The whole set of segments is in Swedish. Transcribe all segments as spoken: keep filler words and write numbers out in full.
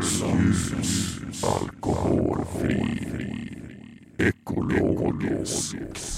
Norrlands ljus, alkoholfri, ekologisk.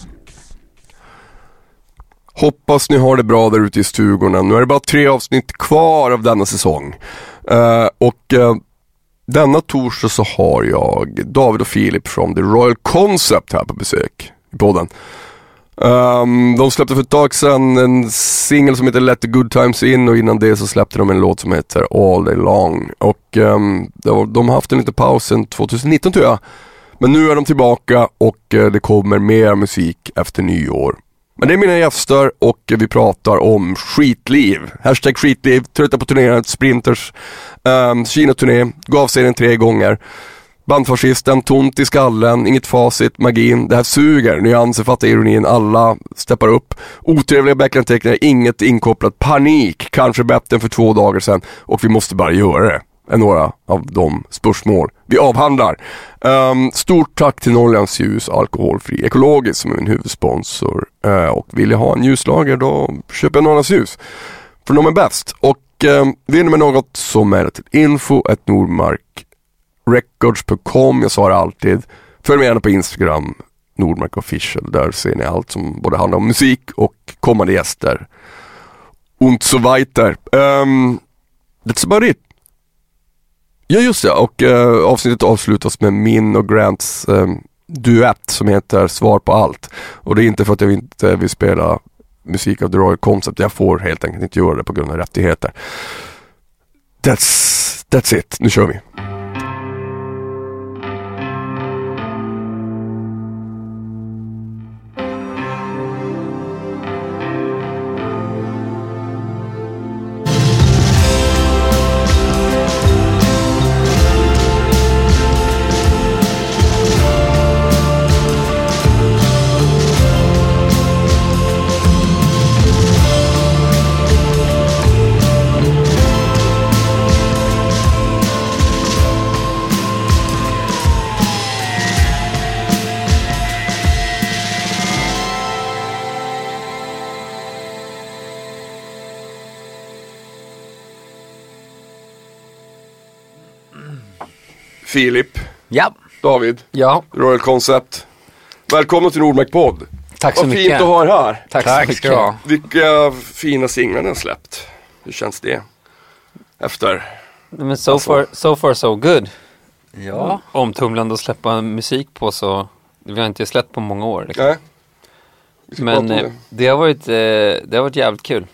Hoppas ni har det bra där ute i stugorna. Nu är det bara tre avsnitt kvar av denna säsong. Uh, och uh, denna torsdag så har jag David och Filip från The Royal Concept här på besök i podden. Um, de släppte för ett tag sedan en singel som heter Let the Good Times In, och innan det så släppte de en låt som heter All Day Long. Och um, de har haft en liten paus sedan tjugonitton tror jag. Men nu är de tillbaka och uh, det kommer mer musik efter nyår. Men det är mina gäster och vi pratar om skitliv. Hashtag skitliv, trötta på turnerandet, Sprinters, um, Kina-turné, gav serien tre gånger. Bandfascisten, tomt i skallen, inget facit, magin, det här suger, nyanser, fattar ironin, alla steppar upp. Otrevliga backline-teckningar, inget inkopplat, panik, kanske bättre än för två dagar sedan, och vi måste bara göra det. Är några av de spörsmål vi avhandlar. Um, stort tack till Norrlands ljus, alkoholfri, ekologisk, som är min huvudsponsor. Uh, och vill jag ha en ljuslager, då köper jag Norrlands ljus. För de är bäst. Och um, vill ni med något så mejla till info at nordmark records dot com. Jag svarar alltid. Följ mig gärna på Instagram, Nordmark Official. Där ser ni allt som både handlar om musik och kommande gäster. Und so weiter. Um, that's about it. Ja, just det. Och uh, avsnittet avslutas med min och Grants um, duett som heter Svar på allt. Och det är inte för att jag inte vill spela musik av The Royal Concept. Jag får helt enkelt inte göra det på grund av rättigheter. That's, that's it. Nu kör vi. Filip. Ja. David. Ja. Royal Concept. Välkommen till Nordmark Podd. Tack så Vad mycket. Vad fint att ha er här. Tack, Tack så mycket. Ja. Vilka fina singlar ni har släppt. Hur känns det? Efter. Men so far, so far so good. Ja. Omtumlande att släppa musik på, så vi har inte släppt på många år. Liksom. Nej. Men det. det har varit eh, det har varit jävligt kul.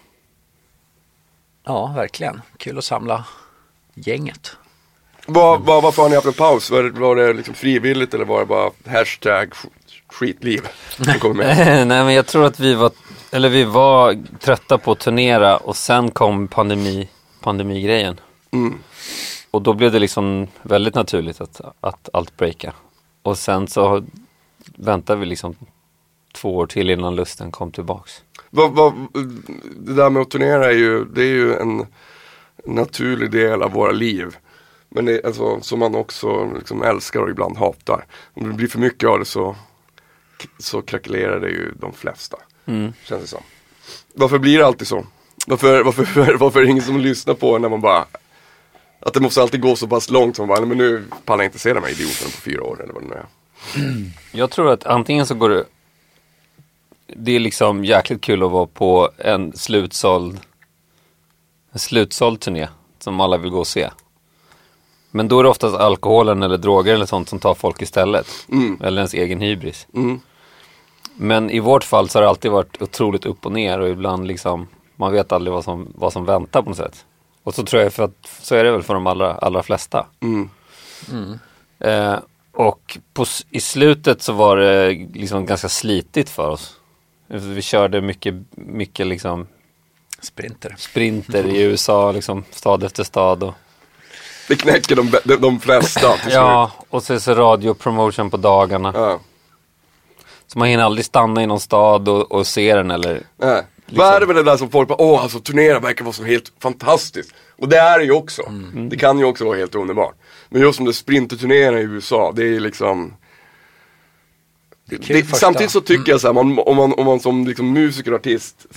Ja, verkligen. Kul att samla gänget. Var, var, varför har ni haft en paus? Var, var det liksom frivilligt eller var det bara hashtag skitliv som kom med? Nej, men jag tror att vi var eller vi var trötta på att turnera, och sen kom pandemi pandemigrejen. Mm. Och då blev det liksom väldigt naturligt att, att allt breaka. Och sen så väntade vi liksom två år till innan lusten kom tillbaks. Vad, vad, det där med att turnera är ju, det är ju en naturlig del av våra liv. Men det är alltså, som man också liksom älskar och ibland hatar. Om det blir för mycket av det så, så krackelerar det ju de flesta. Mm. Känns det som. Varför blir det alltid så? Varför, varför, varför är det ingen som lyssnar på när man bara... Att det måste alltid gå så pass långt som bara, men nu pallar jag inte se de här idioterna på fyra år eller vad det nu är. Jag tror att antingen så går det... Det är liksom jäkligt kul att vara på en slutsåld... En slutsåld turné som alla vill gå och se. Men då är det oftast alkoholen eller droger eller sånt som tar folk istället. Mm. Eller ens egen hybris. Mm. Men i vårt fall så har det alltid varit otroligt upp och ner. Och ibland liksom, man vet aldrig vad som, vad som väntar på något sätt. Och så tror jag, för att så är det väl för de allra, allra flesta. Mm. Mm. Eh, och på, i slutet så var det liksom ganska slitigt för oss. Vi körde mycket, mycket liksom Sprinter. Sprinter i U S A, liksom stad efter stad. Och det knäcker de, de, de flesta. ja, och så är det radiopromotion på dagarna. Ja. Så man hinner aldrig stanna i någon stad och, och se den eller... Nej. Liksom. Vad är det med det där som folk bara, åh alltså turnera verkar vara så helt fantastiskt. Och det är det ju också. Mm. Det kan ju också vara helt underbart. Men just som det sprinterturnera i U S A, det är liksom... Det, det, samtidigt så tycker jag så här, man, om, man, om man som liksom musiker och artist ska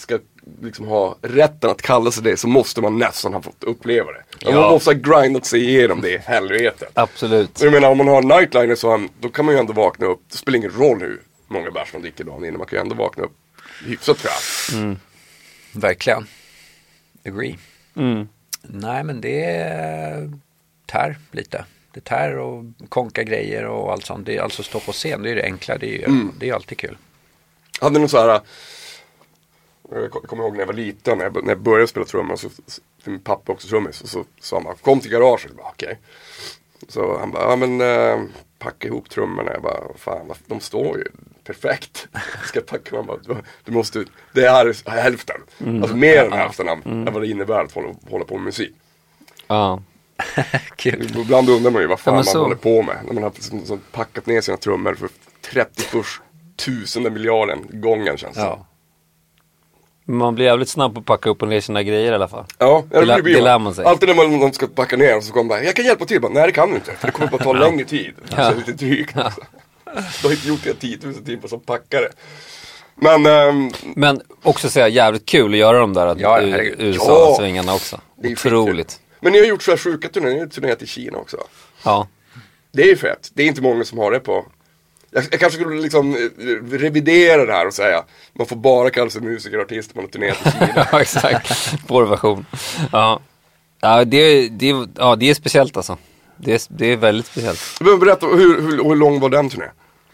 liksom ha rätten att kalla sig det så måste man nästan ha fått uppleva det. Ja. Man måste ha grindat sig igenom det helvetet. Absolut. Så jag menar, om man har en nightliner så han, då kan man ju ändå vakna upp. Det spelar ingen roll hur många bärs man dricker dagen innan. Man kan ju ändå vakna upp hyfsat fräscht. Mm. Verkligen. Agree. Mm. Nej, men det tär lite. Det tär och konka grejer och allt sånt. Det är alltså stå på scen, det är det enkla. Det är ju Mm. det är alltid kul. Jag hade någon så här, jag kommer ihåg när jag var liten, när jag, när jag började spela trummor, så för min pappa också trummis, och så sa man, kom till garaget. Jag bara, okej. Så han bara, ja men äh, packa ihop trummorna. Jag bara, fan, de står ju perfekt. Jag ska packa, man bara, du, du måste, det är hälften. Mm. Alltså mer än hälften av mm. vad det innebär att hålla, hålla på med musik. Ja. Kul. Ibland undrar man ju vad fan ja, man så. håller på med. När man har så, så packat ner sina trummor för trettio miljarden gången, känns det. Ja. Man blir jävligt snabb på att packa upp och ner sina grejer i alla fall. Ja, det, lä- det lär man sig. Alltid när man, man ska packa ner så kommer man, jag kan hjälpa till. Bara, nej, det kan du inte. För det kommer bara ta längre tid. Ja. Så lite drygt. Ja. Du har inte gjort det tio tusen timmar som packare. Men, ähm, Men också säga jävligt kul att göra de där ja, U- U S A-svingarna ja. också. Otroligt. Men ni har gjort så här sjuka turnéer. Ni har turnerat i Kina också. Ja. Det är ju fett. Det är inte många som har det på. Jag, jag kanske skulle liksom revidera det här och säga, man får bara kalla sig musiker och artist, man har turnerat i Kina. Ja, exakt. Vår version. Ja, ja, det, det, ja det är speciellt alltså. Det är, det är väldigt speciellt. Men berätta, hur, hur, hur lång var den turnén?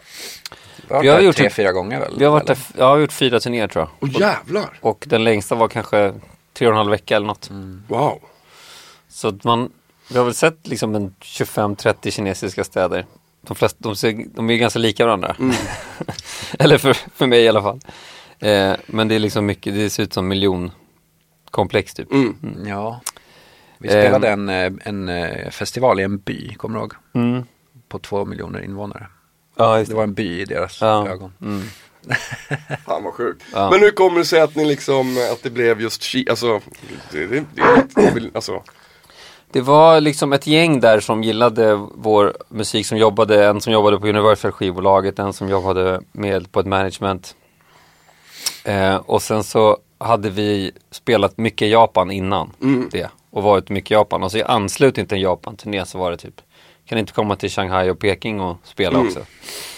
Vi har gjort tre, fyra gånger väl? Vi har varit där, jag har gjort fyra turnéer tror jag. Åh jävlar! Och, och den längsta var kanske tre och en halv vecka eller något. Mm. Wow! Så att man, vi har väl sett liksom en tjugofem trettio kinesiska städer. De flesta, de, ser, de är ganska lika varandra. Mm. Eller för, för mig i alla fall. Eh, men det är liksom mycket, det ser ut som miljonkomplex typ. Mm. Mm. Ja. Vi spelade eh, en, en festival i en by, kommer du ihåg? Mm. På två miljoner invånare. Ja, just det. det var en by i deras ja. ögon. Mm. Fan vad sjukt. Ja. Men hur kommer det sig att ni liksom, att det blev just Ki- alltså, det, det, det, det, alltså Det var liksom ett gäng där som gillade vår musik, som jobbade, en som jobbade på Universal skivbolaget, en som jobbade med på ett management. Eh, och sen så hade vi spelat mycket i Japan innan mm. det. Och varit mycket i Japan. Och så i anslutning till en Japan-turné så var det typ, kan inte komma till Shanghai och Peking och spela mm. också.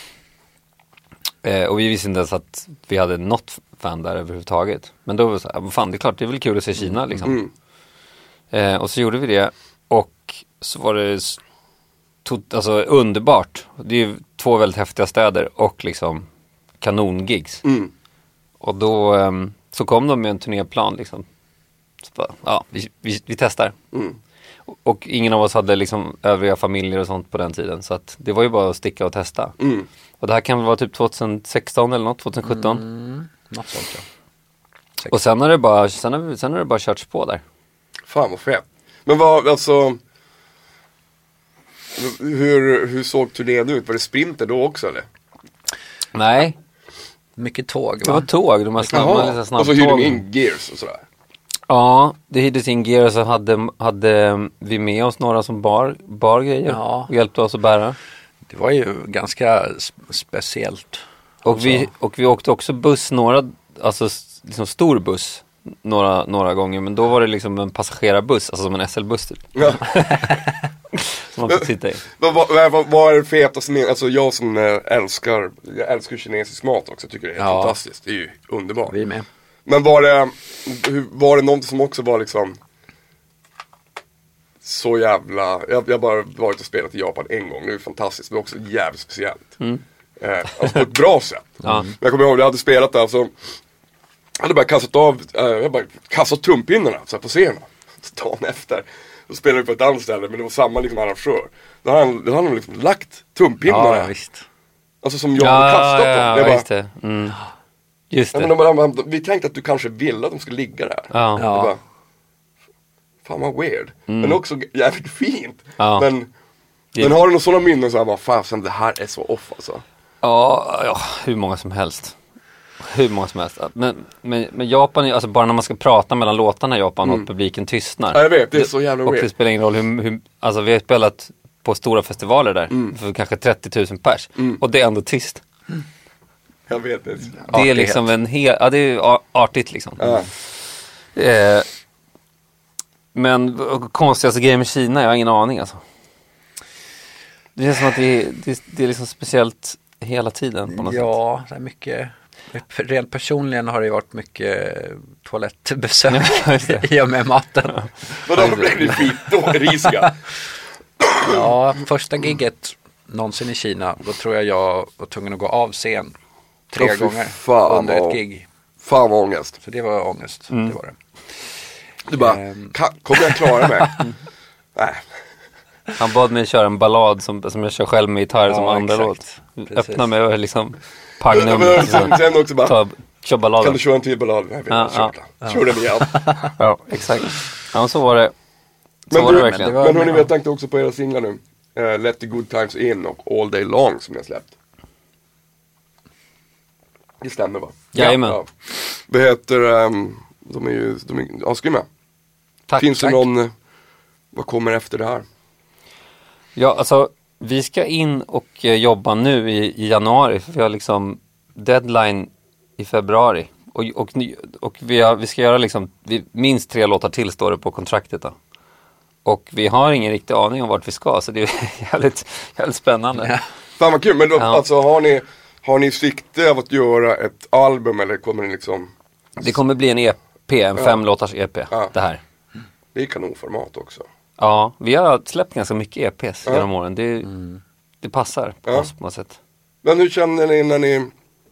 Eh, och vi visste inte ens att vi hade något fan där överhuvudtaget. Men då var det så här, fan det är klart, det är väl kul att se Kina liksom. Mm. Eh, och så gjorde vi det. Och så var det tot, alltså, underbart. Det är ju två väldigt häftiga städer och liksom kanongigs. Mm. Och då eh, så kom de med en turnéplan liksom. Så bara, ja, vi, vi, vi testar. Mm. Och, och ingen av oss hade liksom övriga familjer och sånt på den tiden. Så att det var ju bara att sticka och testa. Mm. Och det här kan väl vara typ tjugohundrasexton eller något, tjugosjutton. Mm. Något sånt, ja. Och sen har det bara, sen har, sen har det bara körts på där. Fan vad fett. Men vad, alltså hur, hur såg turnén ut? Var det sprinter då också eller? Nej. Mycket tåg, va? Det var tåg, de här snabba, lite snabbtåg. Och så hyrde de in gears och sådär. Ja, det hyrdes in gear och så hade, hade vi med oss några som bar, bar grejer ja. och hjälpte oss att bära. Det var ju ganska speciellt. Och vi, och vi åkte också buss, några, alltså liksom stor buss några, några gånger, men då var det liksom en passagerarbuss, alltså som en S L-buss typ. Ja. Som man fick sitta i. Vad, vad, vad, vad är det fetaste med, alltså jag som äh, älskar, jag älskar kinesisk mat också, tycker det är ja. fantastiskt, det är ju underbart. Vi med. Men var det, hur, var det något som också var liksom så jävla, jag har bara varit och spelat i Japan en gång, det är fantastiskt, men också jävligt speciellt. Mm. Eh, alltså på ett bra sätt. Ja. Men jag kommer ihåg, jag hade spelat där, så jag hade bara kastat av, eh, jag bara kastat trumpinnarna så här på scenen. Så dagen efter, då spelade vi på ett annat ställe, men det var samma liksom arrangör. Då hade han, då hade han liksom lagt trumpinnarna. Ja, visst. Alltså som jag hade kastat ja, dem. Ja, bara, just det. Mm. Just det. Ja, men de, de, de, vi tänkte att du kanske ville att de skulle ligga där. Ja. Ja. Bara, fan vad weird. Mm. Men också jävligt fint. Ja. Men, det... men har du några sådana minnen så här, bara, fan det här är så off alltså. Ja, ja, hur många som helst. Hur många som helst. Men, men, men Japan, alltså bara när man ska prata mellan låtarna i Japan mm. och publiken tystnar. Ja, jag vet, det är så jävla och weird. Och det spelar ingen roll hur, hur, alltså vi har spelat på stora festivaler där mm. för kanske trettio tusen pers. Mm. Och det är ändå tyst. Mm. Jag vet det. Det är liksom en hel, ja det är artigt liksom. Ja. Eh, men konstigaste grejer med Kina, jag har ingen aning alltså. Det känns som att det är, det, det är liksom speciellt hela tiden på något ja, sätt. det är mycket. Rent personligen har det varit mycket toalettbesök i och med maten. Vadå, blev det skit då? Risiga? Ja, första gigget någonsin i Kina, då tror jag jag var tvungen att gå av scen tre Åh, fy gånger fan, under vad- ett gig. Fan vad ångest. Så det var ångest, Mm. det var det. Du bara, Ehm. ka- kommer jag klara mig? Nej. Han bad mig köra en ballad som, som jag kör själv med gitarr Ja, som andra exakt. låt. Precis. Öppna mig och liksom Ja, pagnum. men sen, sen också bara, Ta, kör balladen. kan du köra en till ballad? Nej, Ja, ja, ja. kör den igen. Ja, exakt. Ja, så var det. Så Men var du- det verkligen. det var- Men hörni, jag tänkte också på era singlar nu. Uh, Let the good times in och All day long som ni har släppt. Det stämmer va? Jajamän. Ja. Vad heter, um, de är ju, de är asgrymma. Tack, Finns det tack. någon, eh, vad kommer efter det här? Ja, alltså vi ska in och eh, jobba nu i, i januari. För vi har liksom deadline i februari. Och, och, ny- och vi, har, vi ska göra liksom vi, minst tre låtar till står det på kontraktet då. Och vi har ingen riktig aning om vart vi ska. Så det är jävligt, jävligt spännande. Fan vad kul, men då, Ja. alltså har ni, har ni sikte av att göra ett album eller kommer ni liksom, Det kommer bli en E P, en Ja. fem låtars E P, Ja. det här. det är kanonformat också. Ja, vi har släppt ganska mycket E P:s Ja. genom åren. Det, det passar på Ja. oss på något sätt. Men hur känner ni när ni,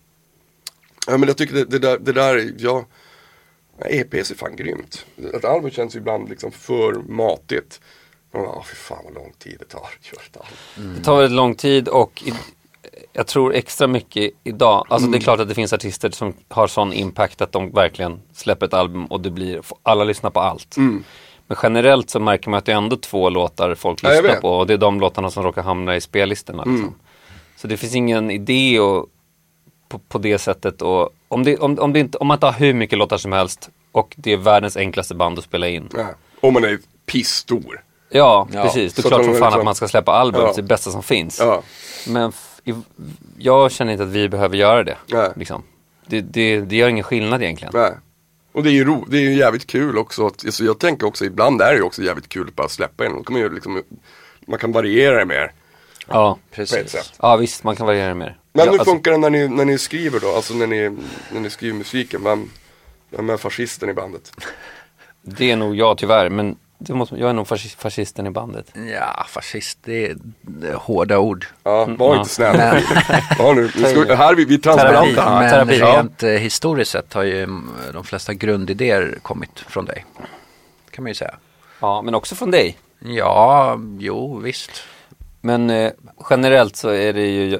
ja men jag tycker det, det där, det där, ja, E P är fan grymt. Ett album känns ju ibland liksom för matigt. Ja, oh, fy fan vad lång tid det tar att göra ett album. Det tar väldigt lång tid och i, jag tror extra mycket idag. Alltså det är klart att det finns artister som har sån impact att de verkligen släpper ett album och det blir, alla lyssnar på allt. Mm. Men generellt så märker man att det är ändå två låtar folk Ja, jag lyssnar vet. på och det är de låtarna som råkar hamna i spellistorna. Liksom. Mm. Så det finns ingen idé och, på, på det sättet. Och om, det, om, om, det inte, om man inte har hur mycket låtar som helst och det är världens enklaste band att spela in. Ja. Om man är pissstor. Ja, Ja, precis. Det är så klart att som de fan liksom- att man ska släppa album, Ja. det är det bästa som finns. Ja. Men f- i, jag känner inte att vi behöver göra det. Nej. Liksom. Det, det, det gör ingen skillnad egentligen. Nej. Och det är ju ro, det är ju jävligt kul också. Att, alltså jag tänker också, ibland är det ju också jävligt kul att bara släppa in. Då kan man, ju liksom, man kan variera det mer Ja, på ett Precis. sätt. ja visst, man kan variera det mer. Men ja, hur alltså, funkar det när ni, när ni skriver då? Alltså när ni, när ni skriver musiken. Vem, vem är fascisten i bandet? det är nog jag tyvärr, men det måste, jag är nog fasci- fascisten i bandet. Ja, fascist, det är, det är hårda ord. Ja, var ja. inte snäll. Ja, nu, vi ska, här är vi, vi är transparenta här. Men terapi. rent eh, historiskt sett har ju mm, de flesta grundidéer kommit från dig. Kan man ju säga. Ja, men också från dig. Ja, jo, visst. Men eh, generellt så är det ju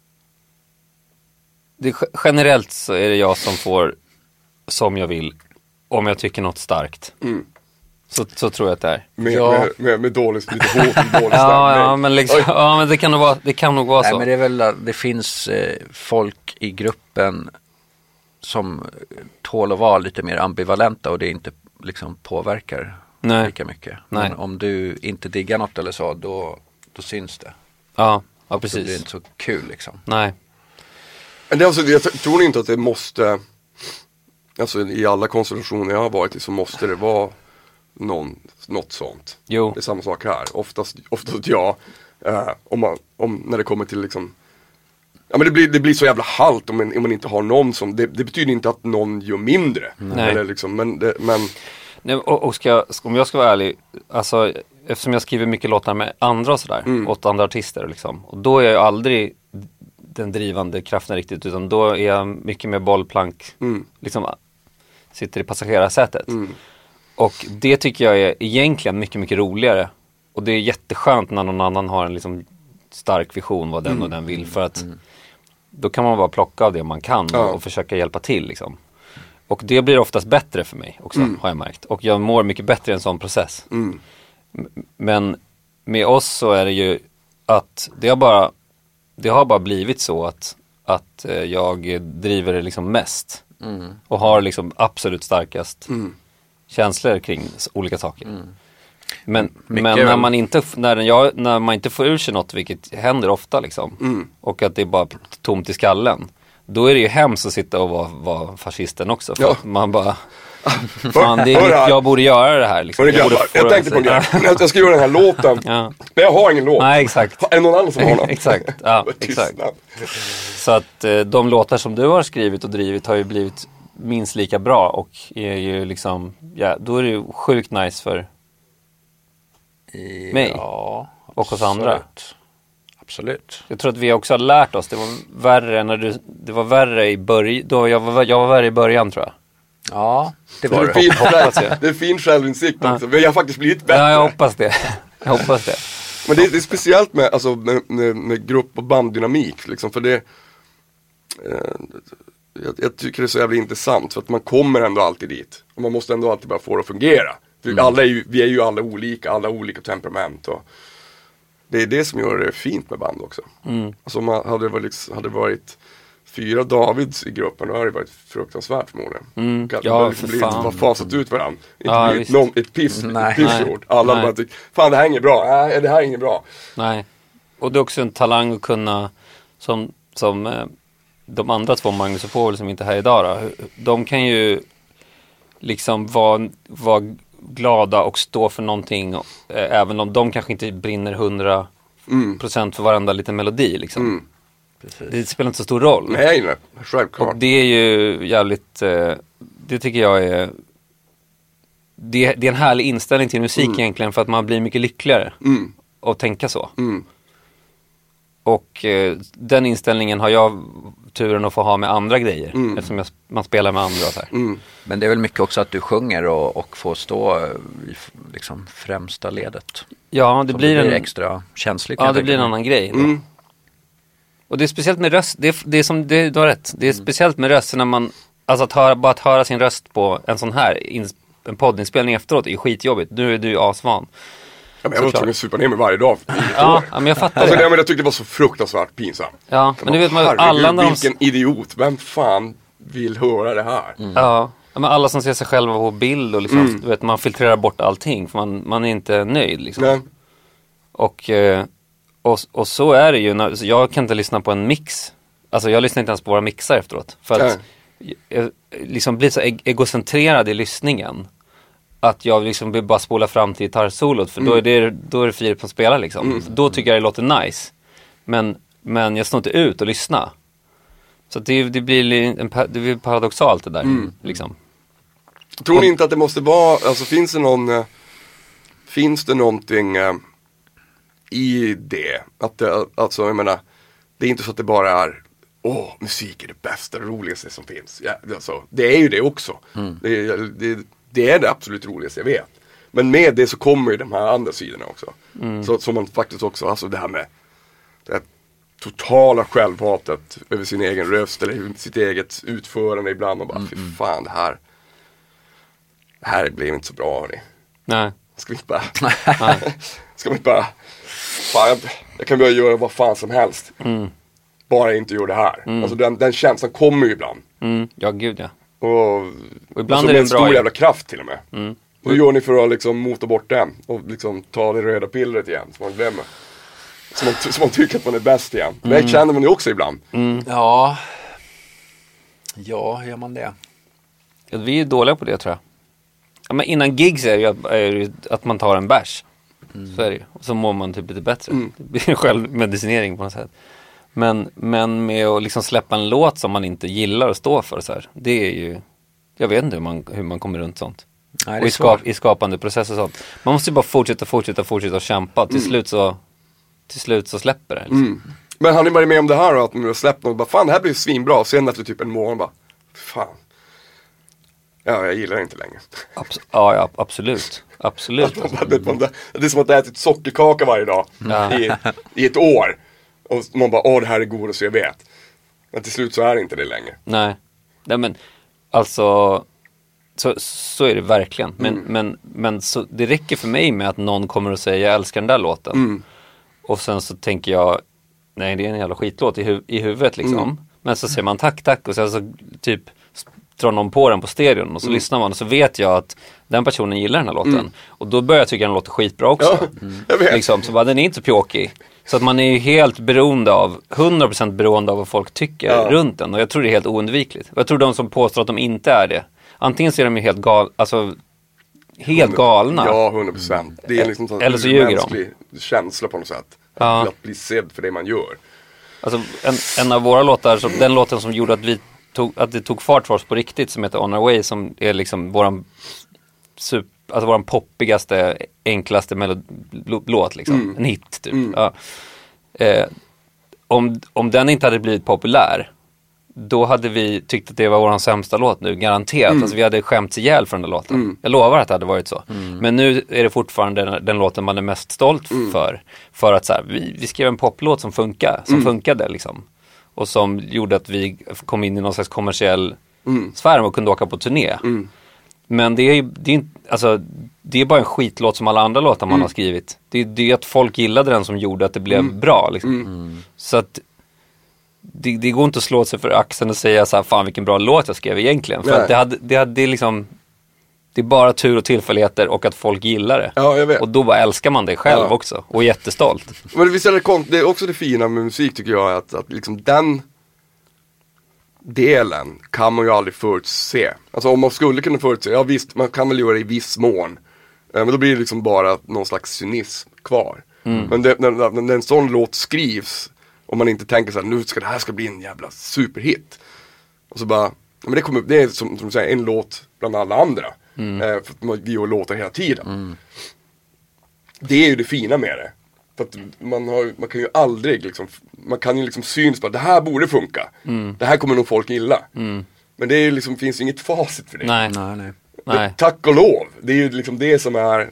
det, är ge- generellt så är det jag som får som jag vill om jag tycker något starkt. Mm. Så, så tror jag att det är. Med, Ja. med, med, med dåligt, lite hårt, dålig stämning. Ja, ja, men liksom, Oj. ja, men det kan nog vara, det kan nog vara Nej, så. men det är väl att det finns eh, folk i gruppen som tål att vara lite mer ambivalenta och det inte liksom påverkar Nej. lika mycket. Nej. Men om du inte diggar något eller så, då, då syns det. Ja, ja Så blir det precis. inte så kul liksom. Nej. Men det är alltså, jag t- tror inte att det måste, alltså i alla konstellationer jag har varit i så måste det vara någon, något sånt. Jo. Det är samma sak här, oftast, oftast ja. Eh, om man, om, när det kommer till liksom, ja men det blir, det blir så jävla halt om man, om man inte har någon som, det, det betyder inte att någon gör mindre. Nej. Eller liksom, men, det, men Nej, och, och ska, jag- om jag ska vara ärlig, alltså, eftersom jag skriver mycket låtar med andra och sådär, Mm. åt andra artister liksom, och då är jag aldrig den drivande kraften riktigt, utan då är jag mycket mer bollplank, Mm. liksom sitter i passagerarsätet. Mm. Och det tycker jag är egentligen mycket, mycket roligare. Och det är jätteskönt när någon annan har en liksom stark vision vad den Mm. och den vill, för att då kan man bara plocka av det man kan Ja. och, och försöka hjälpa till liksom. Och det blir oftast bättre för mig också, Mm. har jag märkt. Och jag mår mycket bättre i en sån process. Mm. Men med oss så är det ju att det har bara, det har bara blivit så att, att eh, jag driver det liksom mest. Mm. Och har liksom absolut starkast Mm. känslor kring s- olika saker. Mm. Men, Mycket men när, väl. man inte, f- när, jag, när man inte får ur sig något, vilket händer ofta liksom, Mm. och att det är bara tomt i skallen, då är det ju hemskt att sitta och vara, vara fascisten också. För Ja. att man bara, fan, det är mitt, jag borde göra det här. Liksom. Jag, Jag, borde jag, jag tänkte på det. Jag ska göra den här låten. Ja. Men jag har ingen låt. Nej, exakt. Är det någon annan som har någon? Exakt, ja, exakt. Så att eh, de låtar som du har skrivit och drivit har ju blivit minst lika bra och är ju liksom, ja, då är det ju sjukt nice för mig Ja, och oss andra. absolut. Absolut. Jag tror att vi också har lärt oss, det var värre när du, det var värre i början, då jag var, jag var värre i början tror jag. Ja, det Det var är, det. fin, Hoppas jag. det är fin självinsikt också. Vi har faktiskt blivit bättre. Ja, jag hoppas det. Jag hoppas det. Men det, det är speciellt med, alltså, med, med, med grupp och banddynamik. Liksom, för det, eh, jag, jag tycker det är så jävla intressant. För att man kommer ändå alltid dit. Och man måste ändå alltid bara få det att fungera. För Mm. alla är ju, vi är ju alla olika, alla har olika temperament. Och det är det som gör det fint med band också. Mm. Alltså, om man, hade, det varit, liksom, hade det varit fyra Davids i gruppen, då hade det varit fruktansvärt förmodligen. Mm. Kan- Ja, det liksom för blivit- fan. bara fasat ut varandra. Inte Ja, blivit visst. någon, ett piss, Nej. ett pissord. Nej. Alla Nej. bara tycker, fan det här är inget bra, nej det här är inget bra. Nej. Och det är också en talang att kunna, som, som eh, de andra två, Magnus och Paul som inte är här idag då, de kan ju liksom vara, vara glada och stå för någonting, eh, även om de kanske inte brinner hundra procent för varenda liten melodi liksom. Mm. Det spelar inte så stor roll. Nej, nej, Och självklart. det är ju jävligt, eh, det tycker jag är, det, det är en härlig inställning till musik egentligen, för att man blir mycket lyckligare Mm. att tänka så. Mm. Och eh, den inställningen har jag turen att få ha med andra grejer. Mm. Eftersom jag, man spelar med andra och så här. Mm. Men det är väl mycket också att du sjunger och, och får stå i f- liksom främsta ledet. Ja, det Så blir, det blir en, extra känsligt. kan ja, jag det tänka blir en mig. annan grej. då. Mm. Och det är speciellt med röst. Det är, det är som, det, du har rätt. Det är speciellt med röst när man, alltså att höra, bara att höra sin röst på en sån här ins, en poddinspelning efteråt är ju skitjobbigt. Nu är du ju asvan. Ja, men jag var Såklart. tvungen att supa ner mig varje dag. Ja, ja, men jag fattar Alltså, det. det, men jag tyckte det var så fruktansvärt pinsamt. Ja, men du vet man, Herregud, alla när de... vilken idiot. Vem fan vill höra det här? Ja, men alla som ser sig själva på bild och liksom, Mm. du vet, man filtrerar bort allting för man, man är inte nöjd liksom. Nej. Och, eh, och, och så är det ju, när, så jag kan inte lyssna på en mix. Alltså jag lyssnar inte ens på våra mixar efteråt. För att jag liksom blir så eg- egocentrerad i lyssningen. Att jag liksom vill bara spola fram till gitarrsolot. För då är det, då är det Filip som spelar liksom. Då tycker jag det låter nice. Men, men jag står inte ut och lyssna. Så att det, det, blir en, pa- det blir paradoxalt det där. Liksom. Tror ni inte att det måste vara, alltså finns det någon, eh, finns det någonting eh, i det? Att det, alltså jag menar, det är inte så att det bara är, åh, musik är det bästa, det roligaste som finns. Ja, det, alltså, det är ju det också. Det, är- det, det är det absolut roligaste jag vet. Men med det så kommer ju de här andra sidorna också. Så som man faktiskt också, alltså det här med det här totala självhatet över sin egen röst eller sitt eget utförande ibland och bara, fy fan det här det här blev inte så bra hörni. Nej. Ska vi inte bara Ska vi inte bara fan, jag, jag kan börja göra vad fan som helst. Bara inte göra det här. Alltså den, den känslan kommer ju ibland. Mm. Ja, gud ja. Och, Och ibland alltså är det med en bra stor idé. jävla kraft till och med. Mm. Hur gör ni för att liksom mota bort den? Och liksom ta det röda pillret igen som man glömmer. Som man, som man tycker att man är bäst igen. Det känner man ju också ibland. Ja. Ja, gör man det? Ja, vi är dåliga på det tror jag. Ja, men innan gigs är det ju att, är det ju att man tar en bärs. Så är det ju. Och så mår man typ lite bättre. Det blir en självmedicinering på något sätt. Men, men med att liksom släppa en låt som man inte gillar att stå för så här. Det är ju, jag vet inte hur man, hur man kommer runt sånt. Nej, det Och är i, skap, svårt. i skapande process och sånt. Man måste ju bara fortsätta, fortsätta, fortsätta och kämpa. Till slut så till slut så släpper det. Liksom. Men har ni varit med om det här då? Att ni har släppt något och bara fan det här blir svinbra. Och sen efter typ en månad bara fan. Ja, jag gillar det inte längre. Abs- ja, ja, absolut. Absolut. Man bara, det, man, det är som att äta ett sockerkaka varje dag Ja. i, i ett år. Och man bara, åh det här är godast jag vet. Men till slut så är det inte det längre. Nej. Nej men alltså så, så är det verkligen. Men, men, men så, det räcker för mig med att någon kommer och säger jag älskar den där låten. Och sen så tänker jag nej det är en jävla skitlåt i, hu- i huvudet liksom. Men så säger man tack tack och sen så typ drar någon på den på stereon och så lyssnar man och så vet jag att den personen gillar den här låten. Och då börjar jag tycka den låter skitbra också. Ja, jag vet. Liksom, så bara den är inte så pjåkig. Så att man är ju helt beroende av, hundra procent beroende av vad folk tycker ja. runt den. Och jag tror det är helt oundvikligt. Och jag tror de som påstår att de inte är det, antingen så är de ju helt gal, alltså helt galna. Ja, hundra procent. Det är liksom Eller så ljuger de. mänsklig känsla på något sätt. Ja. Att bli sedd för det man gör. Alltså en, en av våra låtar, så, den låten som gjorde att vi tog, att det tog fart för oss på riktigt, som heter On Our Way, som är liksom våran super, alltså våran poppigaste, enklaste melodlåt liksom. Mm. En hit typ. Mm. Ja. Eh, om, om den inte hade blivit populär, då hade vi tyckt att det var våran sämsta låt nu, garanterat. Mm. Alltså vi hade skämts ihjäl från den låten. Mm. Jag lovar att det hade varit så. Mm. Men nu är det fortfarande den, den låten man är mest stolt mm. för. För att så här, vi, vi skrev en poplåt som funkar, som mm. funkade liksom. Och som gjorde att vi kom in i någon slags kommersiell mm. sfär och kunde åka på turné. Mm. Men det är, det, är, alltså, det är bara en skitlåt som alla andra låtar man mm. har skrivit. Det, det är att folk gillade den som gjorde att det blev mm. bra liksom. Mm. Så att det, det går inte att slå sig för axeln och säga så här, fan vilken bra låt jag skrev egentligen. För att det, hade, det, hade, det, är liksom, det är bara tur och tillfälligheter och att folk gillar det. Ja, jag vet. Och då bara älskar man det själv ja. också. Och är jättestolt. Men visst är det, det är också det fina med musik tycker jag. Att, att liksom den delen kan man ju aldrig förutse. Alltså om man skulle kunna förutse, ja visst, man kan väl göra det i viss mån. Men då blir det liksom bara någon slags cynism kvar. Mm. Men det, när, när, när en sån låt skrivs, om man inte tänker så här, nu ska det här ska bli en jävla superhit. Och så bara, men det kommer det är som, som du säger, en låt bland alla andra. Mm. Eh, för att man gör låtar hela tiden. Mm. Det är ju det fina med det. För att man, har, man kan ju aldrig liksom, man kan ju liksom syns på att det här borde funka. Mm. Det här kommer nog folk gilla. Mm. Men det är ju liksom, finns ju inget facit för det. Nej, nej, nej. nej. Tack och lov. Det är ju liksom det som är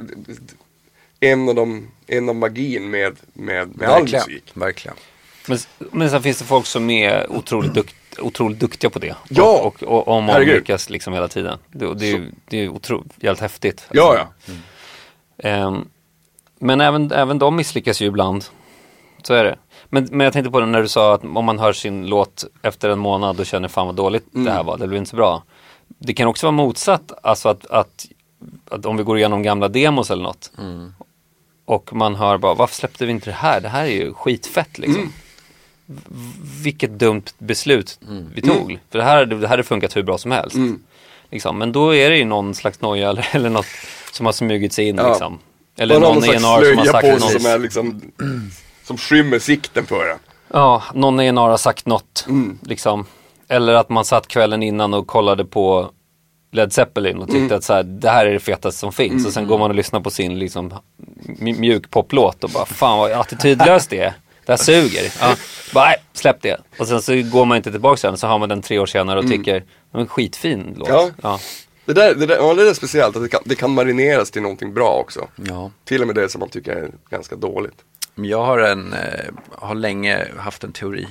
en av de, en av magin med, med, med all musik. Verkligen. Men, men sen finns det folk som är otroligt, dukt, otroligt duktiga på det. Ja. Och, och, och om man lyckas liksom hela tiden. Det, det, är, det är otroligt jävligt häftigt. Ja, ja. Mm. Um, men även, även de misslyckas ju ibland. Så är det. Men, men jag tänkte på det när du sa att om man hör sin låt efter en månad och känner fan vad dåligt mm. det här var. Det blev inte så bra. Det kan också vara motsatt. Alltså att, att, att om vi går igenom gamla demos eller något. Mm. Och man hör bara, varför släppte vi inte det här? Det här är ju skitfett liksom. Mm. Vilket dumt beslut mm. vi tog. Mm. För det här, det här hade funkat hur bra som helst. Mm. Liksom. Men då är det ju någon slags noja eller, eller något som har smugit sig in ja. liksom. Eller någon, någon E N R som har sagt på något. Som, är liksom, som skymmer sikten för det. Ja, någon E N R har sagt något. Mm. Liksom. Eller att man satt kvällen innan och kollade på Led Zeppelin och tyckte mm. att så här, det här är det fetaste som finns. Mm. Och sen går man och lyssnar på sin liksom, mjuk poplåt och bara, fan vad attitydlöst det är. Det här suger. Ja. Bara, nej, släpp det. Och sen så går man inte tillbaka sen, så har man den tre år senare och mm. tycker, men skitfin låt. Ja. Ja. Det, där, det, där, ja, det är speciellt att det kan, det kan marineras till någonting bra också. Ja. Till och med det som man tycker är ganska dåligt. Jag har, en, eh, har länge haft en teori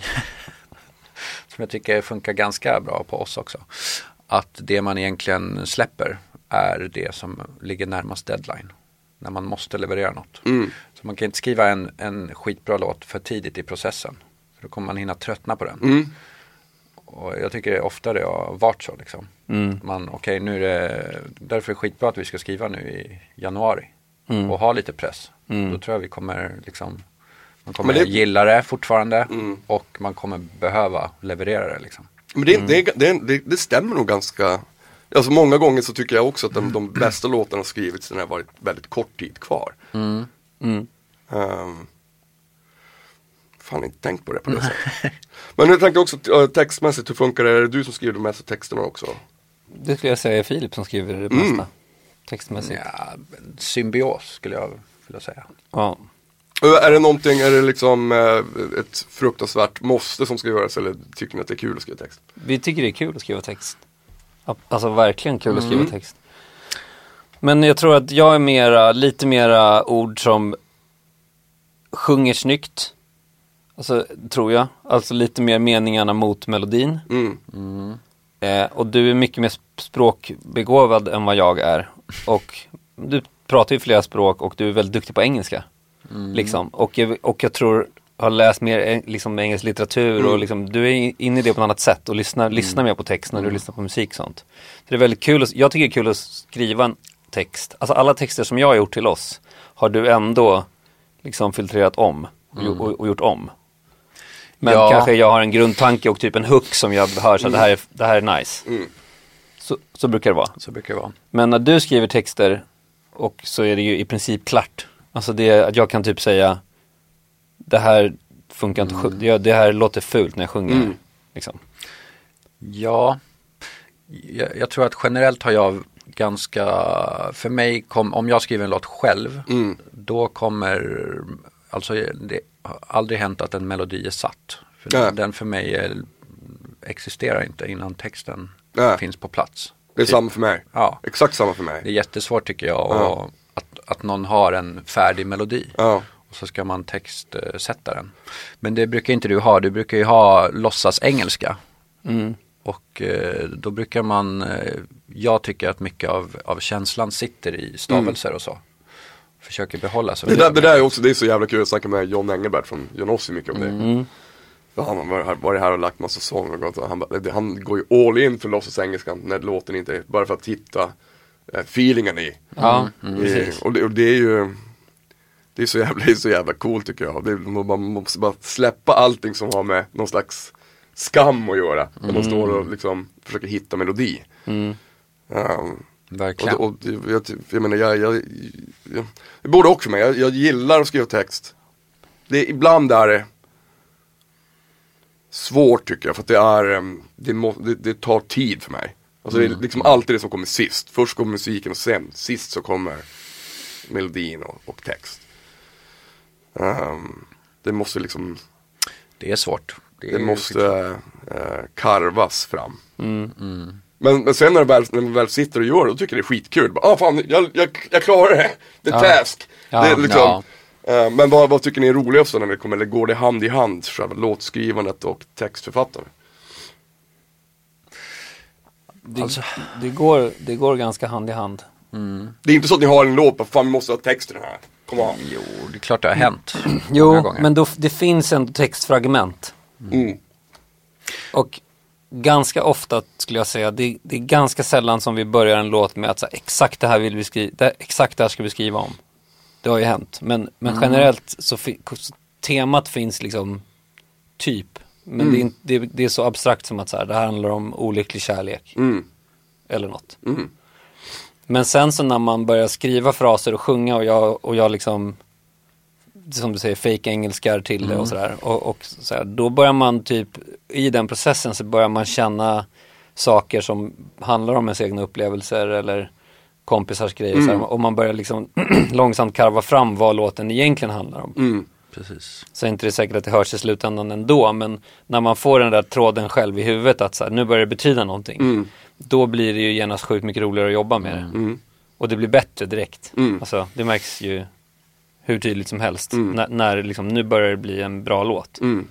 som jag tycker funkar ganska bra på oss också. Att det man egentligen släpper är det som ligger närmast deadline. När man måste leverera något. Mm. Så man kan inte skriva en, en skitbra låt för tidigt i processen. För då kommer man hinna tröttna på den. Mm. Och jag tycker ofta det har varit så liksom. Mm. Man, okej, okay, nu är det därför är det skitbra att vi ska skriva nu i januari. Mm. Och ha lite press. Mm. Då tror jag vi kommer liksom, man kommer det... gilla det fortfarande. Mm. Och man kommer behöva leverera det liksom. Men det, mm. det, det, det, det stämmer nog ganska. Alltså många gånger så tycker jag också att de, de bästa låtarna har skrivits när det har varit väldigt kort tid kvar. Mm. Mm. Um, fan, inte tänkt på det på det sättet. Men jag tänkte också uh, textmässigt, hur funkar det? Är det du som skriver de mesta texterna också? Det skulle jag säga är Filip som skriver det mesta. Mm. Textmässigt. Ja, symbios skulle jag vilja säga. Ja. Är det någonting, är det liksom uh, ett fruktansvärt måste som ska göras, eller tycker ni att det är kul att skriva text? Vi tycker det är kul att skriva text. Alltså verkligen kul att skriva mm. text. Men jag tror att jag är mera, lite mera ord som sjunger snyggt. Alltså, tror jag. Alltså lite mer meningarna mot melodin. Mm. Mm. Eh, och du är mycket mer språkbegåvad än vad jag är. Och du pratar ju flera språk och du är väldigt duktig på engelska. Mm. Liksom. Och, jag, och jag tror har läst mer liksom, engelsk litteratur mm. och liksom, du är inne i det på ett annat sätt och lyssnar, mm. lyssnar mer på text när du mm. lyssnar på musik och sånt. Så det är väldigt kul, att, jag tycker det är kul att skriva en text. Alltså alla texter som jag har gjort till oss har du ändå liksom filtrerat om och, mm. och, och gjort om. Men ja. kanske jag har en grundtanke och typ en hook som jag hör så mm. det, här är, det här är nice. Mm. Så, så brukar det vara. Så brukar det vara. Men när du skriver texter och så är det ju i princip klart. Alltså det är att jag kan typ säga det här funkar inte, mm. det, det här låter fult när jag sjunger. Mm. Liksom. Ja, jag, jag tror att generellt har jag ganska, för mig, kom, om jag skriver en låt själv, mm. då kommer, alltså det har aldrig hänt att en melodi är satt. För ja. den, den för mig är, existerar inte innan texten ja. finns på plats. Det är typ. Samma för mig. Ja. Exakt samma för mig. Det är jättesvårt tycker jag ja. och, att, att någon har en färdig melodi. Ja. Och så ska man textsätta den. Men det brukar inte du ha. Du brukar ju ha låtsas engelska. Mm. Och eh, då brukar man, eh, jag tycker att mycket av, av känslan sitter i stavelser mm. och så. Försöker behålla så. Det där, det där är också, det är så jävla kul att snacka med John Engelbert från John Ossie mycket om det. Mm. Han har varit här och lagt massa sånger och han, han går ju all in för låtsas engelskan när låten inte är, bara för att hitta eh, feelingen i. Ja, mm. i och, det, och det är ju det är så jävla, det är så jävla coolt tycker jag. Det, man måste bara släppa allting som har med någon slags skam att göra. Mm. När man står och liksom försöker hitta melodi. Mm. Um, Verkligen. Och, och, jag, jag menar, jag, jag, jag, det borde också med. Jag, jag gillar att skriva text. Det, ibland är det svårt tycker jag. För att det är, det, må, det, det tar tid för mig. Alltså mm. det är liksom alltid det som kommer sist. Först kommer musiken och sen, sist så kommer melodin och, och text. Um, det måste liksom... Det är svårt. Det, det är måste uh, karvas fram. Mm. Mm. Men, men sen när, väl, när man väl sitter och gör det, då tycker jag det är skitkul. Ah fan, jag, jag, jag klarar det. Det är ja. task. Ja. Det är liksom, Ja. uh, men vad, vad tycker ni är roligast när det kommer? Eller går det hand i hand, själva låtskrivandet och textförfattare? Det, alltså. det, går, det går ganska hand i hand. Mm. Det är inte så att ni har en låt på fan vi måste ha text i den här. Kom on. Jo, det är klart det har hänt. Jo, men då, det finns en textfragment. Mm. Och ganska ofta skulle jag säga, det, det är ganska sällan som vi börjar en låt med att så här, exakt det här vill vi skriva, det, exakt det här ska vi skriva om. Det har ju hänt. Men, men mm. generellt så, fi, så temat finns liksom typ. Men mm. det, är inte, det, det är så abstrakt som att så här, det här handlar om olycklig kärlek. Mm. Eller något. Mm. Men sen så när man börjar skriva fraser och sjunga och jag, och jag liksom, som du säger, fake engelskar till det mm. och sådär. Och, och så här, då börjar man typ, i den processen så börjar man känna saker som handlar om ens egna upplevelser eller kompisars grejer. Mm. Så här, och man börjar liksom långsamt karva fram vad låten egentligen handlar om. Mm. Precis. Så är inte det säkert att det hörs i slutändan ändå, men när man får den där tråden själv i huvudet att så här, nu börjar det betyda någonting. Mm. Då blir det ju genast sjukt mycket roligare att jobba med det. Mm. Och det blir bättre direkt. Mm. Alltså, det märks ju hur tydligt som helst. Mm. N- när liksom, nu börjar det bli en bra låt. Mm.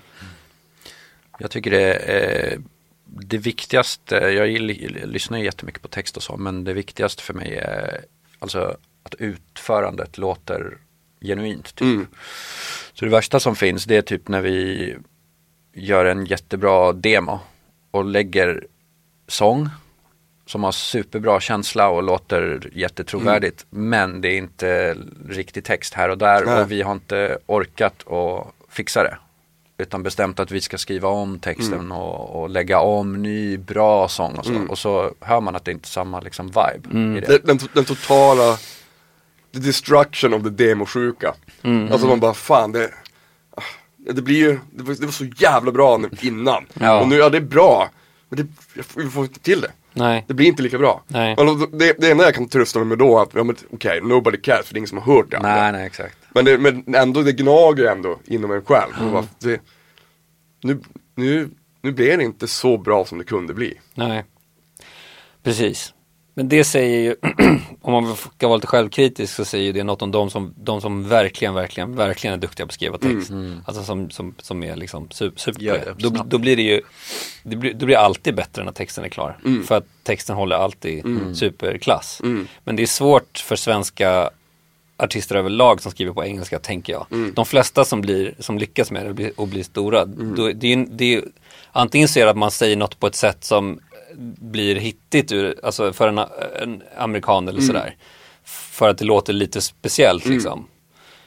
Jag tycker det är det viktigaste, jag gillar, lyssnar ju jättemycket på text och så, men det viktigaste för mig är alltså att utförandet låter genuint. Typ. Mm. Så det värsta som finns, det är typ när vi gör en jättebra demo och lägger sång som har superbra känsla och låter jättetrovärdigt, mm. men det är inte riktig text här och där. Nej. Och vi har inte orkat att fixa det, utan bestämt att vi ska skriva om texten mm. och, och lägga om ny bra sång och så. Mm. Och så hör man att det inte är samma liksom vibe mm. i det. Den, den totala the destruction of the demo-sjuka. Mm. Alltså man bara, fan det det blir ju, det var, det var så jävla bra innan. Ja. Och nu, ja det är bra, men det, vi får inte till det. Nej. Det blir inte lika bra. Nej. Det, det enda jag kan trösta mig med då att, ja, okej, okay, nobody cares, för det är ingen som har hört det. Nej, nej, exakt. Men, det, men ändå, det gnager ändå inom en själv. Mm. Bara, det, nu, nu, nu blir det inte så bra som det kunde bli. Nej, precis. Men det säger ju, om man ska vara lite självkritisk, så säger det något om de som, de som verkligen, verkligen, verkligen är duktiga på att skriva text. Mm. Alltså som, som, som är liksom super, super ja, då, då blir det ju, det blir, då blir det alltid bättre när texten är klar. Mm. För att texten håller alltid mm. superklass. Mm. Men det är svårt för svenska artister överlag som skriver på engelska, tänker jag. Mm. De flesta som, blir, som lyckas med det och blir, och blir stora, mm. då, det är, det är, antingen så är det att man säger något på ett sätt som blir hittigt ur, alltså för en, en amerikan eller mm. sådär. För att det låter lite speciellt liksom.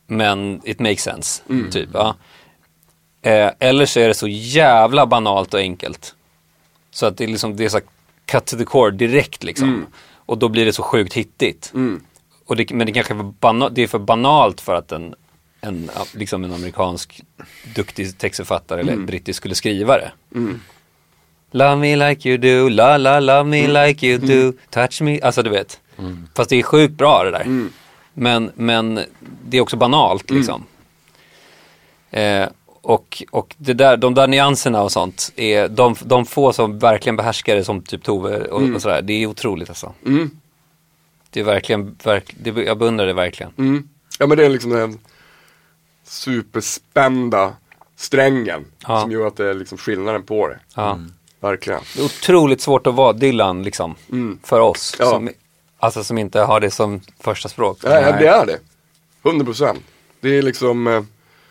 men it makes sense. Mm. Typ, ja. eh, eller så är det så jävla banalt och enkelt. Så att det är liksom, det är så cut to the core direkt liksom. Mm. Och då blir det så sjukt hittigt. Mm. Och det, men det kanske är för, bana, det är för banalt för att en, en, liksom en amerikansk duktig textförfattare mm. eller brittisk skulle skriva det. Mm. Love me like you do, la la love me mm. like you do, touch me. Alltså du vet. Mm. Fast det är sjukt bra det där. Mm. Men, men det är också banalt liksom. Mm. Eh, och och det där, de där nyanserna och sånt är de, de få som verkligen behärskar det, som typ Tove och, mm. och sådär. Det är otroligt alltså. Mm. Det är verkligen, verk, det, jag beundrar det verkligen. Mm. Ja, men det är liksom den superspända strängen ja. som gör att det är liksom skillnaden på det. Ja. Mm. Verkligen. Det är otroligt svårt att vara Dylan liksom, mm. för oss. Ja. Som, alltså som inte har det som första språk. Nej, Nej. det är det. hundra procent. Det är liksom... Eh,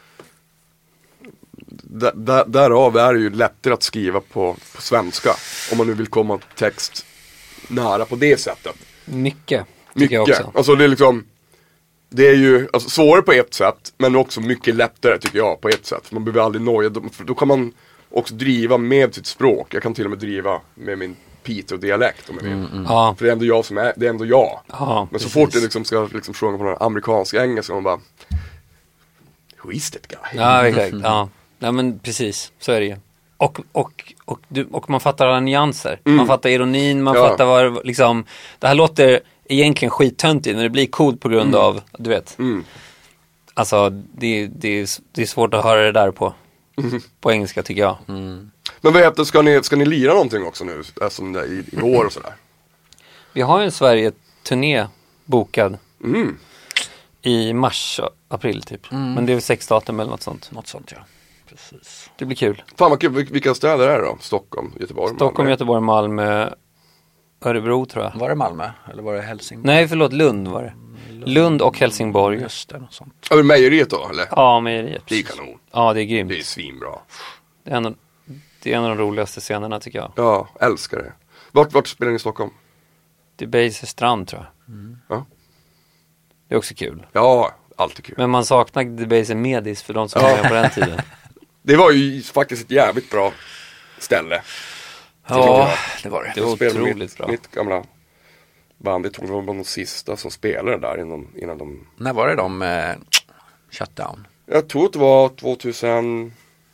där, där, därav är det ju lättare att skriva på, på svenska. Om man nu vill komma text nära på det sättet. Mycket. Mycket. Jag också. Alltså det är liksom... Det är ju alltså, svårare på ett sätt, men också mycket lättare tycker jag på ett sätt. För man behöver aldrig noja. För då kan man också driva med sitt språk. Jag kan till och med driva med min Piteå-dialekt om jag vill. Mm, mm. Ja. För det är ändå jag som är, det är ändå jag. Ja, men så fort det liksom ska liksom sjunga på någon amerikansk engelska, man bara... Who is that guy? Ja, exakt. Mm. Ja. Ja, men precis. Så är det ju. Och, och, och, du, och man fattar alla nyanser. Mm. Man fattar ironin, man ja. fattar vad liksom... Det här låter egentligen skittöntigt när det blir coolt på grund mm. av, du vet. Mm. Alltså, det, det, är, det är svårt att höra det där på, mm. på engelska tycker jag. Mm. Men vad heter, ska ni, ska ni lira någonting också nu? Alltså i, i år och sådär? Vi har ju en Sverige-turné bokad. Mm. I mars, april typ. Mm. Men det är väl sex datum eller något sånt. Något sånt, ja. Precis. Det blir kul. Fan vad kul. Vilka städer är det då? Stockholm, Göteborg, Stockholm, Malmö. Göteborg, Malmö, Örebro tror jag. Var det Malmö? Eller var det Helsingborg? Nej, förlåt, Lund var det. Lund, Lund och Helsingborg. Just det, något sånt. Ja, mejeriet då, eller? Ja, mejeriet. Det är kanon. Ja, det är grymt. Det är svinbra. Det är en av, det är en av de roligaste scenerna tycker jag. Ja, älskar det. Vart, vart spelar ni i Stockholm? Det är Bejse strand tror jag. Mm. Ja. Det är också kul. Ja, alltid kul. Men man saknar Debaser Medis för de som var med på den tiden. Det var ju faktiskt ett jävligt bra ställe. Ja, det var det. Det var otroligt mitt, bra. Mitt gamla band, jag tror det var de sista som spelade där innan, innan de... När var det de eh, shut down? Jag tror att det var tjugonitton.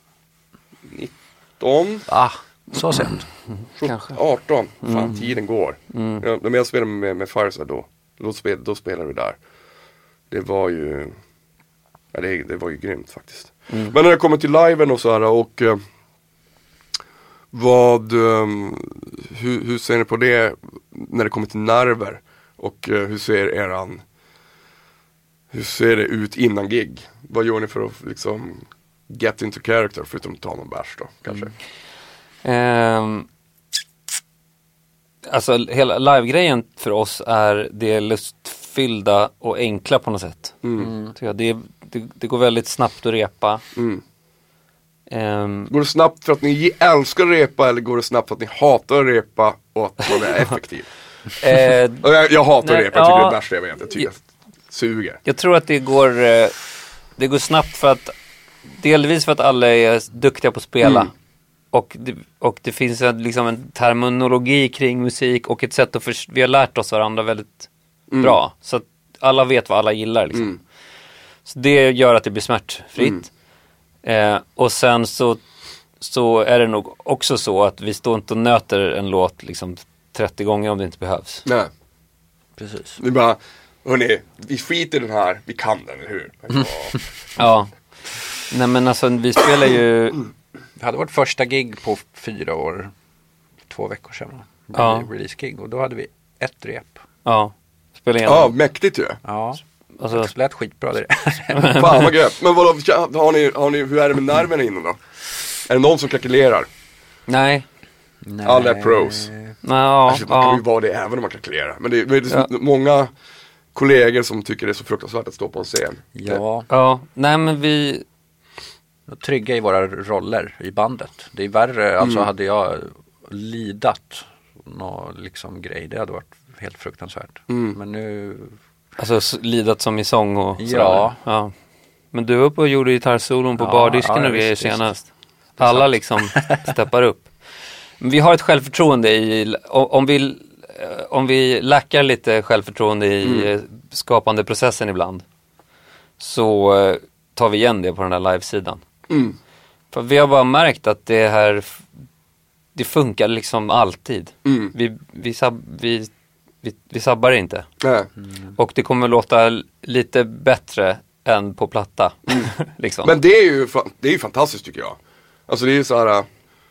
Ah, så sent. Mm. arton. Fan, mm. tiden går. Mm. Ja, men jag spelade med, med Fireside då. Då, spel, då spelade vi där. Det var ju... Ja, det, det var ju grymt faktiskt. Mm. Men när det kommer till liven och så här och... Eh, vad... Um, hur, hur ser ni på det när det kommer till nerver? Och uh, hur ser eran... Hur ser det ut innan gig? Vad gör ni för att liksom... Get into character, förutom att ta någon bärs då, kanske? Mm. Um, alltså, hela live-grejen för oss är det lustfyllda och enkla på något sätt. Mm. Jag, det, det, det går väldigt snabbt att repa. Mm. Um, går det snabbt för att ni älskar att repa, eller går det snabbt för att ni hatar att repa och att man är effektiv? uh, jag, jag hatar nej, att repa, jag tycker ja, det är värsta jag vet. Jag tycker jag, det suger. Jag tror att det går, det går snabbt för att delvis för att alla är duktiga på att spela. Mm. Och, det, och det finns en, liksom en terminologi kring musik och ett sätt att för, vi har lärt oss varandra väldigt mm. bra. Så att alla vet vad alla gillar. Liksom. Mm. Så det gör att det blir smärtfritt. Mm. Eh, och sen så, så är det nog också så att vi står inte och nöter en låt liksom trettio gånger om det inte behövs. Nej. Precis. Vi bara, hörni, vi skiter i den här, vi kan den, eller hur? Mm. Ja. Nej men alltså vi spelar ju... Det hade varit första gig på fyra år, två veckor sedan. Ja. Release-gig och då hade vi ett rep. Ja, spela igen. Ja, mäktigt ju. Ja, alltså... det lät skitbra det. Fan vad gött. Men vad, har ni, har ni, hur är det med nerverna innan då? Är det någon som kalkylerar? Nej. Nej. Alla är pros. Nej, ja, alltså, man kan ju vara det även om man kalkylerar. Men det, det är ja. många kollegor som tycker det är så fruktansvärt att stå på en scen. Ja, ja. Nej men vi... trygga i våra roller i bandet. Det är värre, mm. alltså hade jag lidat någon liksom grej, det hade varit helt fruktansvärt. Mm. Men nu... Alltså lidat som i sång och ja. ja. Men du var uppe och gjorde gitarrsolon på Ja, bardisken ja, och grejer visst, senast. Alla liksom steppar upp. Men vi har ett självförtroende i, om vi, om vi läckar lite självförtroende i mm. skapande processen ibland, så tar vi igen det på den där livesidan. Mm. För vi har bara märkt att det här, det funkar liksom alltid. Mm. Vi, vi, sab, vi, vi, vi sabbar inte. Nej. Mm. Och det kommer låta lite bättre än på platta. Mm. liksom. Men det är ju det är ju fantastiskt tycker jag. Alltså det är ju så här,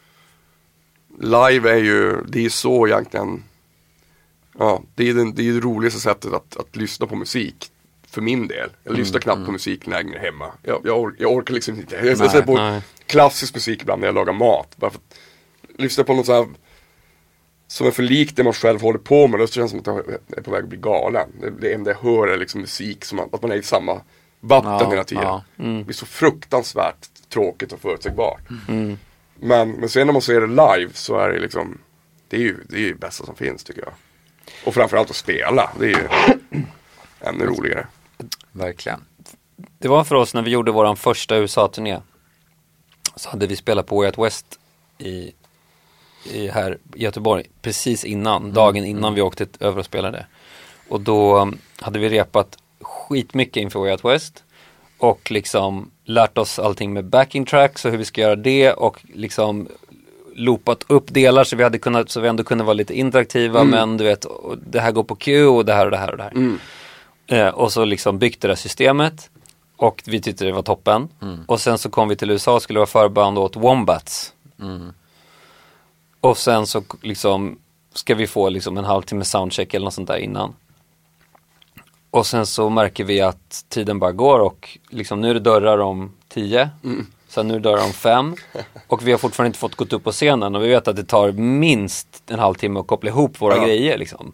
live är ju, det är så egentligen, ja, det är, den, det är det roligaste sättet att, att lyssna på musik. För min del. Jag lyssnar mm, knappt mm. på musik längre hemma. Jag, jag, or- jag orkar liksom inte. Jag, nej, jag ser på nej. klassisk musik ibland när jag lagar mat. Bara för att lyssna på något så här som är för likt det man själv håller på med. Då känns det som att jag är på väg att bli galen. Det, det enda jag hör är liksom musik som att man är i samma vatten ja, hela tiden. Ja. Mm. Det blir så fruktansvärt tråkigt och förutsägbart. Mm. Men, men sen när man ser det live så är det liksom, det är ju det är ju det bästa som finns tycker jag. Och framförallt att spela. Det är ju ännu roligare. Verkligen. Det var för oss när vi gjorde våran första U S A-turné. Så hade vi spelat på Way Out West i, i här i Göteborg precis innan, mm. dagen innan mm. vi åkte över och spelade. Och då um, hade vi repat skitmycket inför Way Out West och liksom lärt oss allting med backing tracks och hur vi ska göra det och liksom loopat upp delar så vi hade kunnat, så vi ändå kunde vara lite interaktiva mm. men du vet, det här går på Q och det här och det här och det här. Mm. Eh, och så liksom byggt det där systemet och vi tyckte det var toppen. Mm. Och sen så kom vi till U S A och skulle vara förband åt Wombats. Mm. Och sen så liksom ska vi få liksom en halvtimme soundcheck eller något sånt där innan. Och sen så märker vi att tiden bara går och liksom nu är det dörrar om tio. Mm. Sen nu är det dörrar om fem. Och vi har fortfarande inte fått gått upp på scenen och vi vet att det tar minst en halvtimme att koppla ihop våra ja. grejer liksom.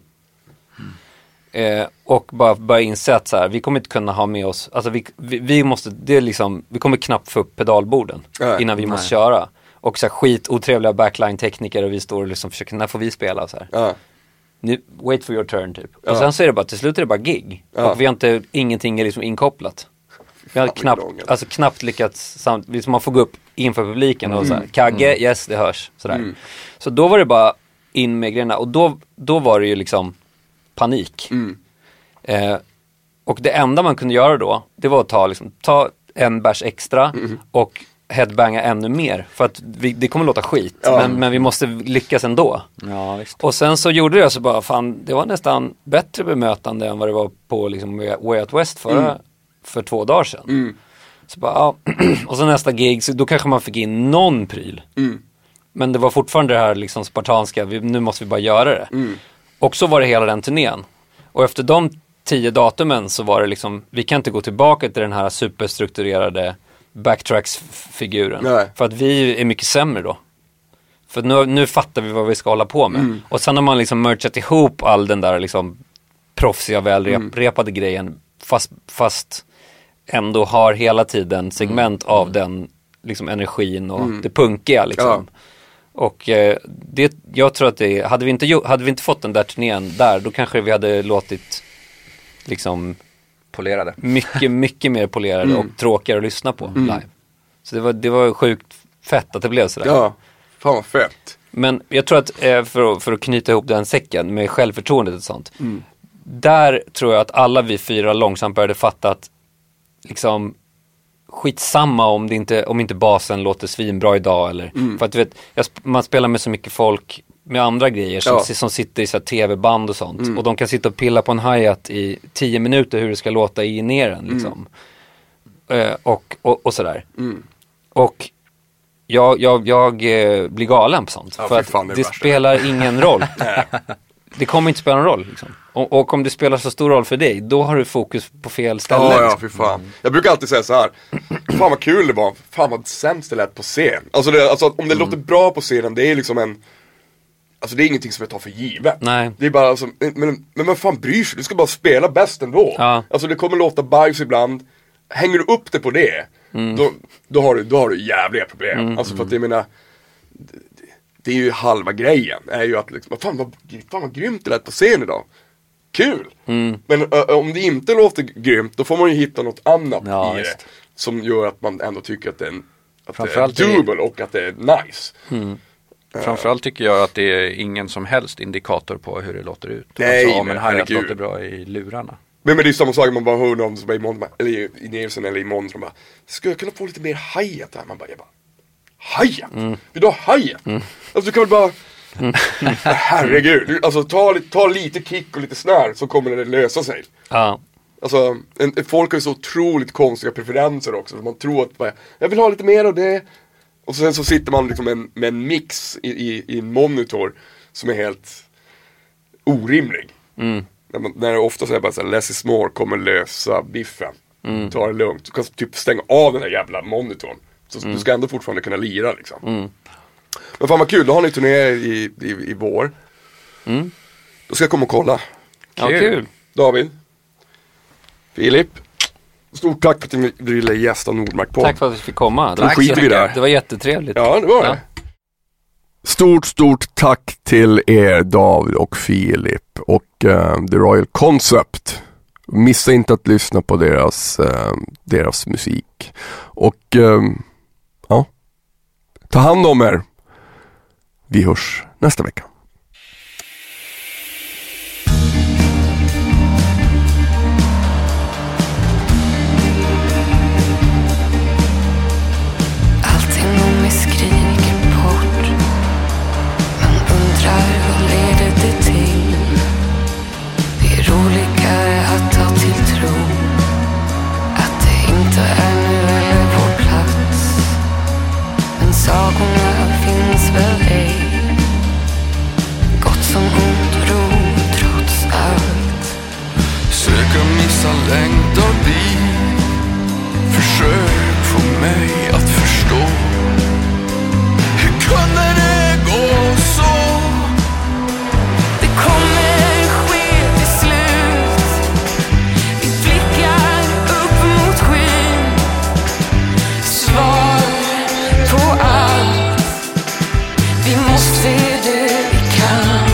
Eh, och bara, bara inse att så här, vi kommer inte kunna ha med oss, alltså vi, vi, vi måste, det är liksom, vi kommer knappt få upp pedalborden äh, innan vi nej. måste köra. Och så här, skit otrevliga backline-tekniker och vi står och liksom försöker, när får vi spela så här. Äh. Nu, wait for your turn typ. Äh. Och sen så är det bara, till slut är det bara gig. Äh. Och vi har inte, ingenting är liksom inkopplat. Vi har knappt, alltså knappt lyckats, samt, man får gå upp inför publiken och mm. så här, Kagge, mm. yes det hörs. Så, där. Mm. Så då var det bara in med grejerna och då, då var det ju liksom panik. Mm. Eh, och det enda man kunde göra då, det var att ta, liksom, ta en bärs extra mm. och headbanga ännu mer. För att vi, det kommer låta skit. Ja. Men, men vi måste lyckas ändå. Ja, visst. Och sen så gjorde det så bara, fan, det var nästan bättre bemötande än vad det var på liksom, Way Out West förra, mm. för två dagar sedan. Mm. Så bara, ja. Och så nästa gig, så då kanske man fick in någon pryl. Mm. Men det var fortfarande det här liksom spartanska, vi, nu måste vi bara göra det. Mm. Och så var det hela den turnén. Och efter de tio datumen så var det liksom, vi kan inte gå tillbaka till den här superstrukturerade backtracks-figuren. Nej. För att vi är mycket sämre då. För nu, nu fattar vi vad vi ska hålla på med. Mm. Och sen har man liksom merchat ihop all den där liksom proffsiga, välrepade mm. grejen. Fast, fast ändå har hela tiden segment mm. av den liksom energin och mm. det punkiga liksom. Ja. Och eh, det, jag tror att det, hade vi inte, hade vi inte fått den där turnén där, då kanske vi hade låtit liksom polerade. Mycket, mycket mer polerade mm. och tråkigare att lyssna på mm. live. Så det var, det var sjukt fett att det blev sådär. Ja, fan vad fett. Men jag tror att eh, för, att, för att knyta ihop den säcken med självförtroendet och sånt. Mm. Där tror jag att alla vi fyra långsamt började fatta att liksom skitsamma om det inte, om inte basen låter svinbra idag eller, mm. för att du vet, jag, man spelar med så mycket folk med andra grejer som, ja. som sitter i så här tv-band och sånt mm. och de kan sitta och pilla på en hi-hat i tio minuter hur det ska låta i ner den liksom. Mm. Uh, och, och, och sådär mm. och jag, jag, jag eh, blir galen på sånt ja, för att det, det spelar ingen roll. Det kommer inte spela någon roll liksom. Och, och om det spelar så stor roll för dig, då har du fokus på fel ställe. Ja, ja, fy fan. Mm. Jag brukar alltid säga så här: fan vad kul det var, fan vad sämst det lät på scen. Alltså, det, alltså om det mm. låter bra på scenen, det är liksom en, alltså det är ingenting som jag tar för givet. Nej. Det är bara alltså, men, men vad fan bryr sig, du ska bara spela bäst ändå. Ja. Alltså det kommer låta bajs ibland. Hänger du upp det på det, mm. då, då, har du, då har du jävliga problem. Mm. Alltså för att jag menar, det, det är ju halva grejen, är ju att liksom, fan vad, fan vad grymt det lät på scen idag. Kul! Mm. Men ö, om det inte låter grymt, då får man ju hitta något annat ja, i just. det. som gör att man ändå tycker att det är, en, att Framförallt det är doable och att det är nice. Mm. Framförallt tycker jag att det är ingen som helst indikator på hur det låter ut. Nej, alltså om en hi-hat herregud. låter bra i lurarna. Men, men det är samma sak, man bara hör någon som är i Mon- eller i, i Nielsen eller i Monstrum bara, skulle jag kunna få lite mer hi-hat här? Man bara, jag bara hi-hat? Mm. Vill du ha hi-hat? Mm. Alltså du kan väl bara mm. herregud, alltså ta, ta lite kick och lite snär så kommer det lösa sig. Ja. Alltså, en, folk har ju så otroligt konstiga preferenser också. Man tror att bara, jag vill ha lite mer av det. Och sen så sitter man liksom med en, med en mix i, i, i en monitor som är helt orimlig. Mm. När, man, när det ofta så är bara så här, less is more kommer lösa biffen. Mm. Ta det lugnt. Du kan typ stänga av den här jävla monitorn. Så mm. du ska ändå fortfarande kunna lira liksom. Mm. Men fan vad kul, då har ni turné i, i, i vår. Mm. Då ska jag komma och kolla. Ja, kul. David. Filip. Stort tack för att ni ville gästa Nordmark på. Tack för att vi fick komma. Då skiter vi där. Det var jättetrevligt. Ja, det var det. Ja. Stort, stort tack till er David och Filip och uh, The Royal Concept. Missa inte att lyssna på deras, uh, deras musik. Och uh, ja, ta hand om er. Vi hörs nästa vecka. Sagorna finns väl ej. Gott som ont ro trots allt. Söka missa längtar dit. Försök få mig att förstå. Hur kunde det gå så? Det kommer ske till slut. Vi blickar upp mot skyn. Svar på allt. Vi måste det vi kan.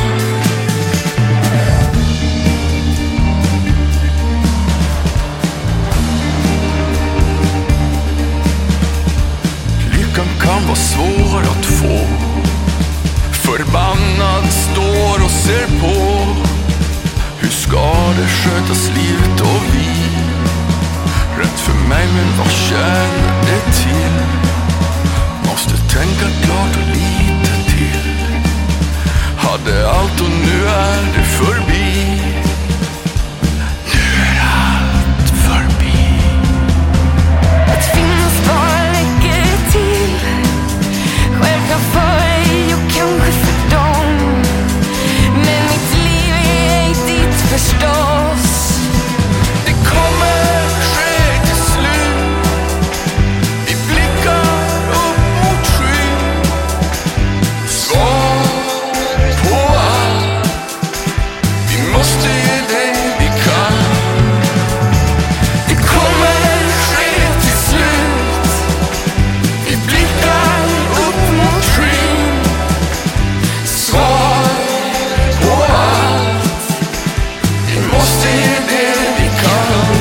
Lyckan kan vara svår att få. Förbannad står och ser på. Hur ska det skötas livet och vi? Rätt för mig men vad tjänar det till? Måste tänka klart och lite till. Hade allt och nu är det förbi. Nu är allt förbi. Att finnas bara räcker till. Självklart för dig och kanske för dem. Men mitt liv är ej ditt förstås. Det kommer ske till slut. Vi blickar upp mot skyn. Svar på allt. Vi måste ge det vi kan. Det kommer ske till slut. Vi blickar upp mot skyn. Svar på allt. Vi måste ge det vi kan.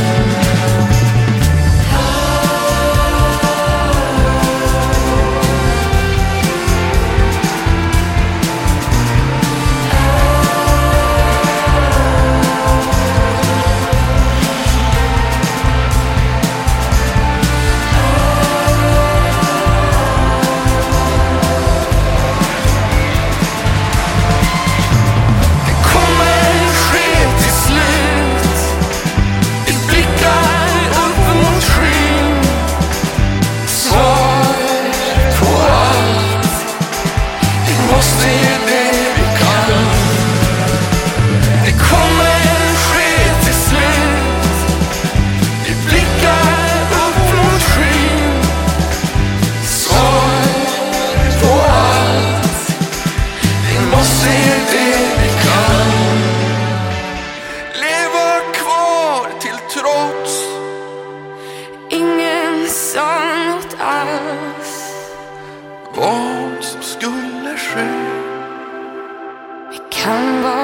Det kommer ske till slut. Vi blickar upp mot skyn. Svar på allt. Vi måste ge det vi kan. Det kommer ske till slut. Vi blickar upp mot skyn. Svar på allt. Vi måste ge det vi kan. Leva kvar till trots. Ingen sa något alls. Vad som skulle ske. Vi kan bara